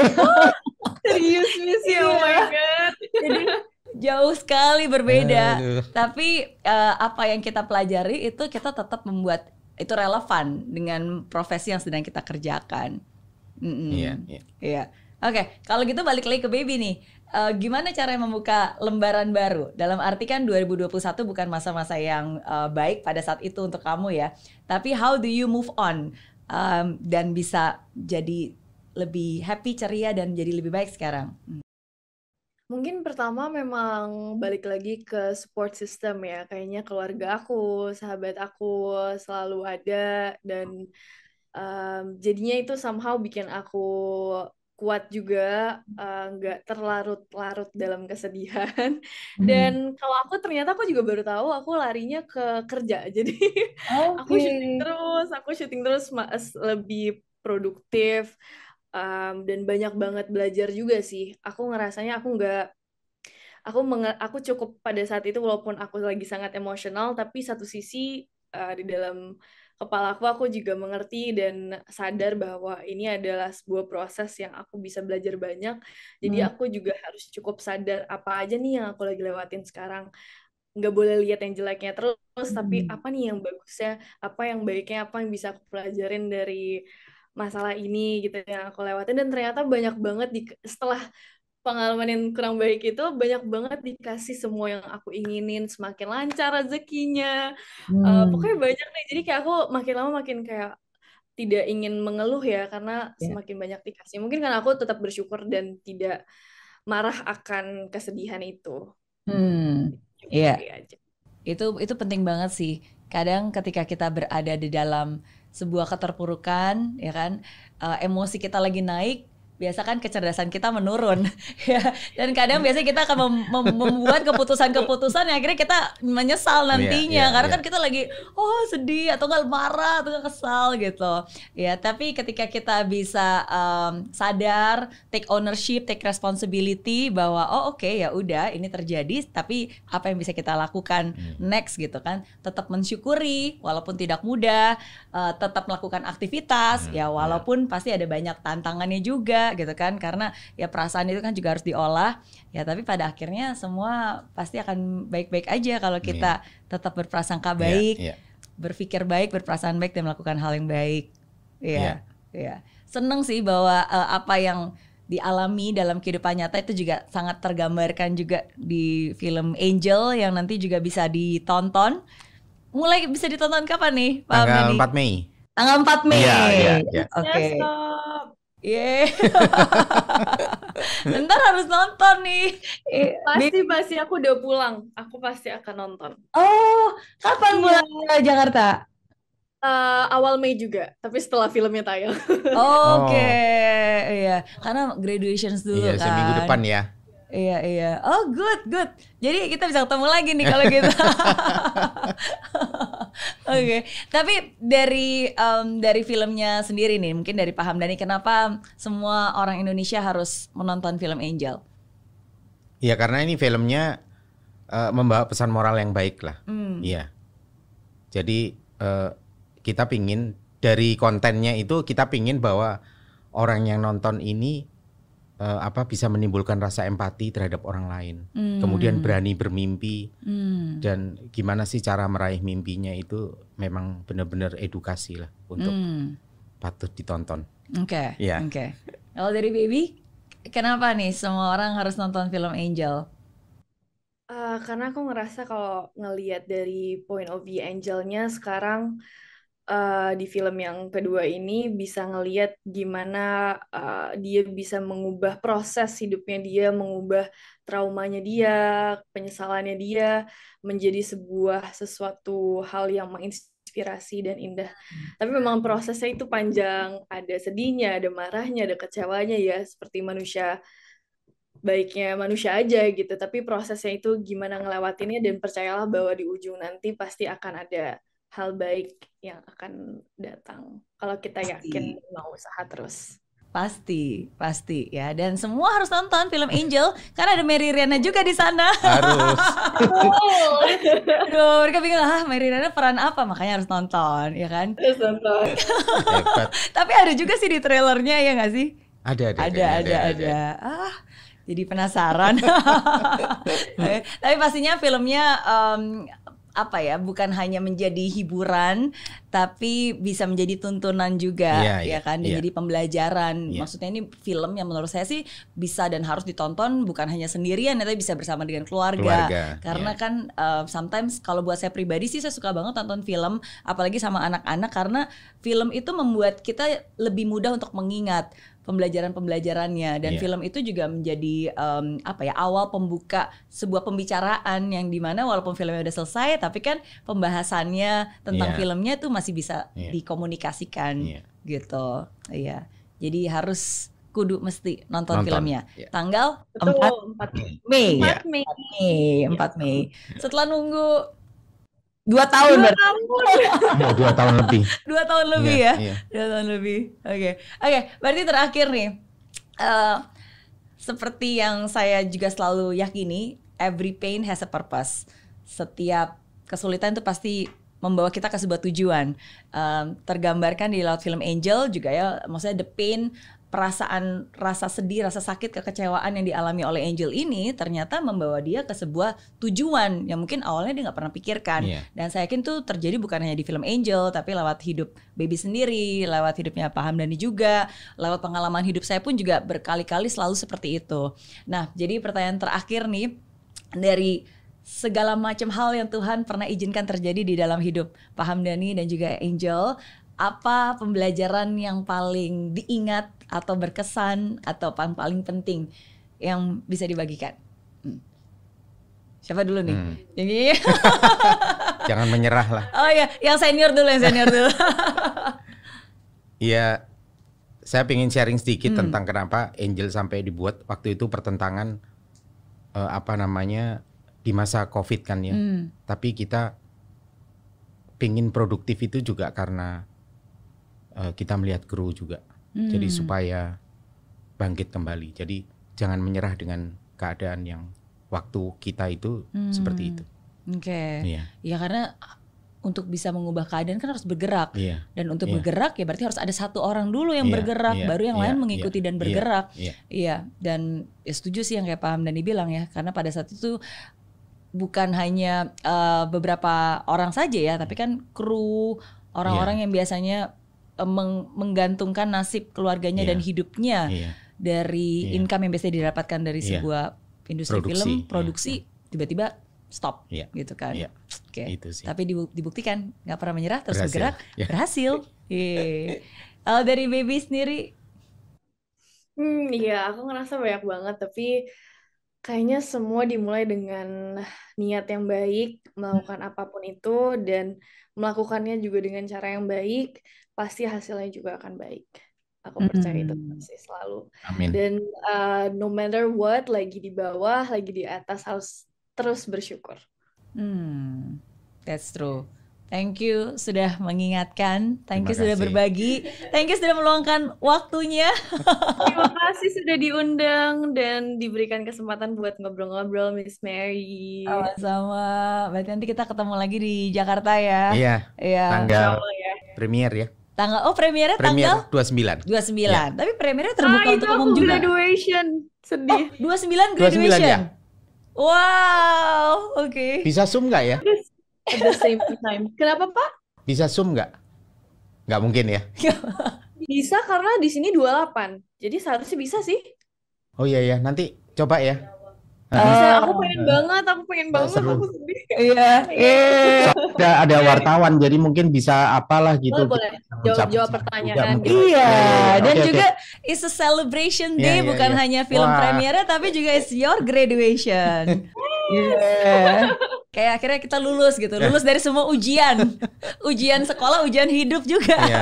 Serius sih, oh my god. Jadi jauh sekali berbeda. Aduh. Tapi uh, apa yang kita pelajari itu kita tetap membuat itu relevan dengan profesi yang sedang kita kerjakan. Iya. Iya. Iya. Oke, kalau gitu balik lagi ke Baby nih. Uh, gimana cara membuka lembaran baru? Dalam arti kan dua ribu dua puluh satu bukan masa-masa yang uh, baik pada saat itu untuk kamu ya. Tapi how do you move on um, dan bisa jadi lebih happy, ceria dan jadi lebih baik sekarang? Hmm. Mungkin pertama memang balik lagi ke support system ya. Kayaknya keluarga aku, sahabat aku selalu ada dan Um, jadinya itu somehow bikin aku kuat juga, nggak uh, terlarut-larut dalam kesedihan. Hmm. Dan kalau aku ternyata aku juga baru tahu aku larinya ke kerja. Jadi okay. aku syuting terus, aku syuting terus lebih produktif, um, dan banyak banget belajar juga sih. Aku ngerasanya aku nggak aku menge- aku cukup pada saat itu walaupun aku lagi sangat emosional, tapi satu sisi uh, di dalam kepala aku, aku juga mengerti dan sadar bahwa ini adalah sebuah proses yang aku bisa belajar banyak. Jadi hmm. aku juga harus cukup sadar apa aja nih yang aku lagi lewatin sekarang. Nggak boleh lihat yang jeleknya terus, hmm. tapi apa nih yang bagusnya, apa yang baiknya, apa yang bisa aku pelajarin dari masalah ini gitu yang aku lewatin. Dan ternyata banyak banget di, setelah pengalaman yang kurang baik itu banyak banget dikasih semua yang aku inginin, semakin lancar rezekinya, hmm. uh, pokoknya banyak nih. Jadi kayak aku makin lama makin kayak tidak ingin mengeluh ya, karena yeah. semakin banyak dikasih. Mungkin karena aku tetap bersyukur dan tidak marah akan kesedihan itu. Hmm, iya. Yeah. Itu itu penting banget sih. Kadang ketika kita berada di dalam sebuah keterpurukan, ya kan, uh, emosi kita lagi naik, biasa kan kecerdasan kita menurun ya, dan kadang biasanya kita akan mem- mem- membuat keputusan-keputusan yang akhirnya kita menyesal nantinya, yeah, yeah, karena yeah. kan kita lagi oh sedih atau nggak marah atau nggak kesal gitu ya. Tapi ketika kita bisa um, sadar, take ownership, take responsibility bahwa oh oke okay, ya udah ini terjadi, tapi apa yang bisa kita lakukan hmm. next gitu kan, tetap mensyukuri walaupun tidak mudah, uh, tetap melakukan aktivitas hmm. ya walaupun yeah. pasti ada banyak tantangannya juga gitu kan, karena ya perasaan itu kan juga harus diolah ya, tapi pada akhirnya semua pasti akan baik-baik aja kalau kita yeah. tetap berprasangka baik, yeah, yeah. berpikir baik, berperasaan baik, dan melakukan hal yang baik ya. Yeah. Yeah. Seneng sih bahwa uh, apa yang dialami dalam kehidupan nyata itu juga sangat tergambarkan juga di film Angel yang nanti juga bisa ditonton. Mulai bisa ditonton kapan nih Pak Tanggal empat Mei. Tanggal empat Mei. Iya, iya, iya. Oke. Yeah. Ntar harus nonton nih. Pasti pasti aku udah pulang. Aku pasti akan nonton. Oh, kapan pulang ke Jakarta? Uh, awal Mei juga, tapi setelah filmnya tayang. Oh, Oke, okay. Iya. Karena graduations dulu iya, kan. Seminggu depan ya. Iya iya. Oh good good. Jadi kita bisa ketemu lagi nih kalau gitu. Oke. Okay. Tapi dari um, dari filmnya sendiri nih, mungkin dari Pak Hamdani, kenapa semua orang Indonesia harus menonton film Angel? Ya karena ini filmnya uh, membawa pesan moral yang baik lah. Iya. Hmm. Jadi uh, kita pingin dari kontennya itu kita pingin bahwa orang yang nonton ini Uh, apa bisa menimbulkan rasa empati terhadap orang lain, hmm. kemudian berani bermimpi, hmm. dan gimana sih cara meraih mimpinya itu memang benar-benar edukasi lah untuk hmm. patut ditonton. Oke, okay. yeah. oke. Okay. Kalau dari Baby, kenapa nih semua orang harus nonton film Angel? Uh, karena aku ngerasa kalau ngelihat dari point of view Angelnya sekarang, Uh, di film yang kedua ini bisa ngelihat gimana uh, dia bisa mengubah proses hidupnya dia, mengubah traumanya dia, penyesalannya dia menjadi sebuah sesuatu hal yang menginspirasi dan indah. Tapi memang prosesnya itu panjang, ada sedihnya, ada marahnya, ada kecewanya ya, seperti manusia, baiknya manusia aja gitu. Tapi prosesnya itu gimana ngelewatinnya, dan percayalah bahwa di ujung nanti pasti akan ada hal baik yang akan datang kalau kita pasti. Yakin mau usaha terus. Pasti, pasti ya. Dan semua harus nonton film Angel karena ada Mary Riana juga di sana. Harus. Aduh, mereka bingung, ah Mary Riana peran apa? Makanya harus nonton, ya kan? Harus nonton. Tapi ada juga sih di trailernya, ya nggak sih? Ada, ada, ada, ada, ada. ada. Ah, jadi penasaran. Tapi pastinya filmnya um, apa ya, bukan hanya menjadi hiburan tapi bisa menjadi tuntunan juga, yeah, ya kan, yeah. Jadi pembelajaran. Yeah. Maksudnya ini film yang menurut saya sih bisa dan harus ditonton bukan hanya sendirian, tapi bisa bersama dengan keluarga. keluarga Karena yeah. kan uh, sometimes kalau buat saya pribadi sih saya suka banget nonton film, apalagi sama anak-anak, karena film itu membuat kita lebih mudah untuk mengingat pembelajaran-pembelajarannya, dan yeah. film itu juga menjadi um, apa ya, awal pembuka sebuah pembicaraan yang dimana walaupun filmnya udah selesai tapi kan pembahasannya tentang yeah. filmnya itu masih bisa yeah. dikomunikasikan. Yeah. gitu. Iya. Jadi harus kudu mesti nonton, Nonton, filmnya. iya. Tanggal Betul, empat empat Mei. Iya. Mei. Mei, empat Mei. Setelah nunggu dua tahun Dua berarti. tahun. Iya, dua tahun lebih. Dua tahun lebih Iya, ya. iya. Dua tahun lebih. Oke. Oke, berarti terakhir nih. eh, seperti yang saya juga selalu yakini, every pain has a purpose. Setiap kesulitan itu pasti membawa kita ke sebuah tujuan. Um, tergambarkan di laut film Angel juga ya, maksudnya the pain, perasaan rasa sedih, rasa sakit, kekecewaan yang dialami oleh Angel ini ternyata membawa dia ke sebuah tujuan yang mungkin awalnya dia nggak pernah pikirkan. Iya. Dan saya yakin tuh terjadi bukan hanya di film Angel, tapi lewat hidup Baby sendiri, lewat hidupnya Pak Hamdani juga, lewat pengalaman hidup saya pun juga berkali-kali selalu seperti itu. Nah, jadi pertanyaan terakhir nih, dari segala macam hal yang Tuhan pernah izinkan terjadi di dalam hidup Pak Hamdani dan juga Angel, apa pembelajaran yang paling diingat atau berkesan atau yang paling penting yang bisa dibagikan? Hmm. Siapa dulu nih? Hmm. Jadi Jangan menyerah lah. oh ya, yang senior dulu, yang senior dulu. Iya, saya pengen sharing sedikit Hmm. tentang kenapa Angel sampai dibuat waktu itu pertentangan eh, apa namanya di masa COVID kan ya. Hmm. Tapi kita pengen produktif itu juga karena eh, kita melihat kru juga. Hmm. Jadi supaya bangkit kembali. Jadi jangan menyerah dengan keadaan yang waktu kita itu Hmm. seperti itu. Oke. Iya. Ya karena untuk bisa mengubah keadaan kan harus bergerak. Iya. Dan untuk Iya. bergerak ya berarti harus ada satu orang dulu yang Iya, bergerak, iya, baru yang iya, lain iya, mengikuti dan iya, bergerak. Iya. Iya, dan ya setuju sih yang kayak Pak Hamdani bilang ya, karena pada saat itu bukan hanya eh, beberapa orang saja ya, tapi kan kru, orang-orang yang biasanya eh, meng- menggantungkan nasib keluarganya Iya. dan hidupnya Iya. dari Iya. income yang biasanya didapatkan dari Iya. sebuah industri Produksi, film, iya, produksi, tiba-tiba stop, Iya. gitu kan. Iya. Oke. Itu sih. Tapi dibu- dibuktikan nggak pernah menyerah, terus Berhasil. bergerak, Ya. berhasil. Iya. Kalau dari Baby sendiri, Hmm, iya, aku ngerasa banyak banget, tapi kayaknya semua dimulai dengan niat yang baik, melakukan apapun itu, dan melakukannya juga dengan cara yang baik, pasti hasilnya juga akan baik. Aku percaya itu Hmm. pasti selalu. Amin. Dan uh, no matter what, lagi di bawah, lagi di atas, harus terus bersyukur. hmm, that's true. Thank you sudah mengingatkan, thank you Terima sudah kasih. berbagi, thank you sudah meluangkan waktunya. Terima kasih sudah diundang dan diberikan kesempatan buat ngobrol-ngobrol, Miss Mary. Sama-sama. Berarti nanti kita ketemu lagi di Jakarta ya. Iya. Iya. Tanggal Insya Allah ya. premier ya. Tanggal oh premiernya Premier tanggal dua puluh sembilan. dua puluh sembilan. Tapi premiernya Ah, terbuka itu untuk aku umum juga. graduation. Sedih. dua puluh sembilan dua puluh sembilan graduation. ya? Wow, oke. Bisa Zoom nggak ya? At the same time. Kenapa, Pak? Bisa Zoom nggak? Nggak mungkin ya? Bisa karena di sini dua puluh delapan. Jadi seharusnya bisa sih. Oh iya ya, nanti coba ya. Bisa, aku pengen banget, aku pengen banget, seru. aku sedih. Iya. Iya. Ada ada wartawan, jadi mungkin bisa apalah gitu. Boleh, boleh. Kita Jawab-jawab ucap- pertanyaan. juga gitu. mungkin. Iya, Oke, dan oke. juga it's a celebration day, Iya, iya, bukan iya. hanya film Wah. premiere tapi juga it's your graduation. Iya. Kayak akhirnya kita lulus gitu, lulus dari semua ujian, ujian sekolah, ujian hidup juga. Iya.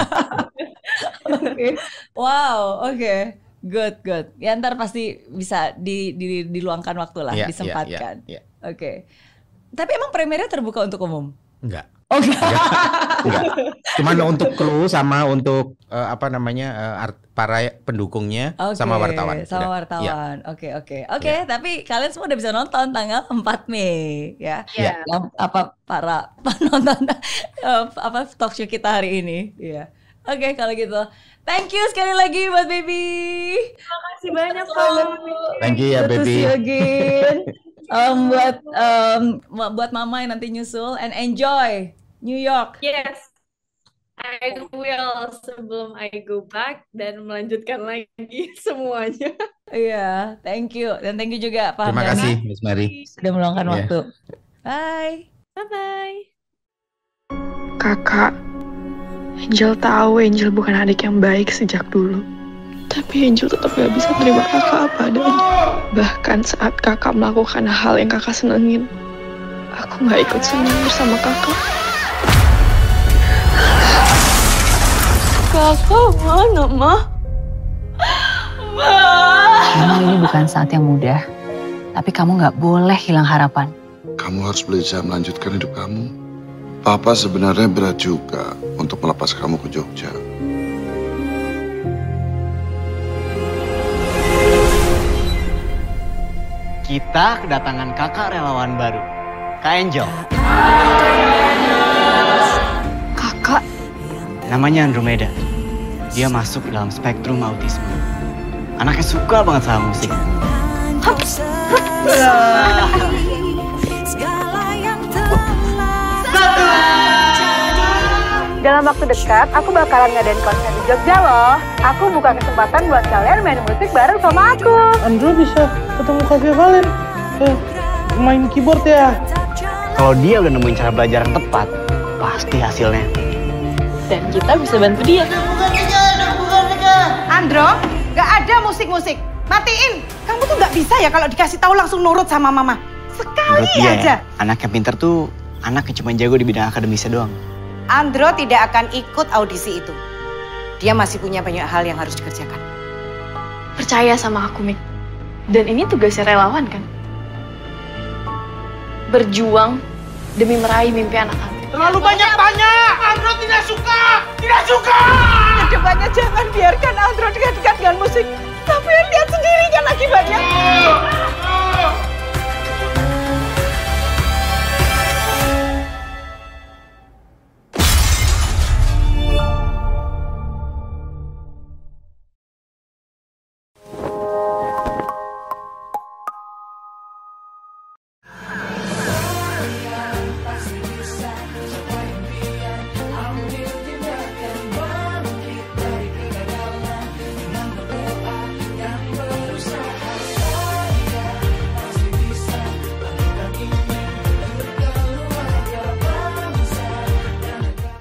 Oke. Wow, oke. Good, good. Ya ntar pasti bisa di, di, diluangkan waktu lah, Iya, disempatkan. iya, iya, Oke. Tapi emang premiernya terbuka untuk umum? Enggak. Oh, enggak. Enggak. Cuman untuk kru sama untuk eh, apa namanya eh, art- para pendukungnya Oke, sama wartawan. sama Udah. Iya. wartawan. Oke, oke. Oke, Iya. tapi kalian semua udah bisa nonton tanggal empat Mei ya. Iya. Yang apa para penonton eh, apa talk show kita hari ini. Iya. Oke, kalau gitu. Thank you sekali lagi buat Baby. Terima kasih banyak, Pak. Thank you ya, Good to baby. see you again. Um, buat um, buat mama yang nanti nyusul and enjoy New York. Yes, I will sebelum I go back dan melanjutkan lagi semuanya. Iya, thank you dan thank you juga Pak Terima Hamdani kasih, Miss Mary. sudah meluangkan Iya. waktu. Bye. Bye-bye. Kakak, Angel tahu Angel bukan adik yang baik sejak dulu. Tapi Angel tetap gak bisa terima kakak apa adanya. Bahkan saat kakak melakukan hal yang kakak senengin, aku gak ikut senang bersama kakak. Kakak mana, Ma? Ma! Memang ini bukan saat yang mudah, tapi kamu nggak boleh hilang harapan. Kamu harus belajar melanjutkan hidup kamu. Papa sebenarnya berat juga untuk melepas kamu ke Jogja. Kita kedatangan kakak relawan baru, Kak Angel. Kakak? Namanya Andromeda. Dia masuk dalam spektrum autisme. Anaknya suka banget sama musik. Dalam waktu dekat, aku bakalan ngadain konser di Jogja loh. Aku buka kesempatan buat kalian main musik bareng sama aku. Andro bisa ketemu Kak Valen. Eh, main keyboard ya. Kalau dia udah nemuin cara belajar yang tepat, pasti hasilnya. Dan kita bisa bantu dia. Andro, gak ada musik-musik. Matiin. Kamu tuh gak bisa ya kalau dikasih tahu langsung nurut sama mama. Sekali Menurut dia, aja. Ya, anak yang pinter tuh anak yang cuma jago di bidang akademisnya doang. Andro tidak akan ikut audisi itu. Dia masih punya banyak hal yang harus dikerjakan. Percaya sama aku, Mik. Dan ini tugasnya relawan kan? Berjuang demi meraih mimpi anak-anak. Terlalu banyak tanya. Andro tidak suka. Tidak suka. Kedepannya jangan biarkan Andro dekat-dekat dengan musik. Tapi lihat sendiri kan akibatnya.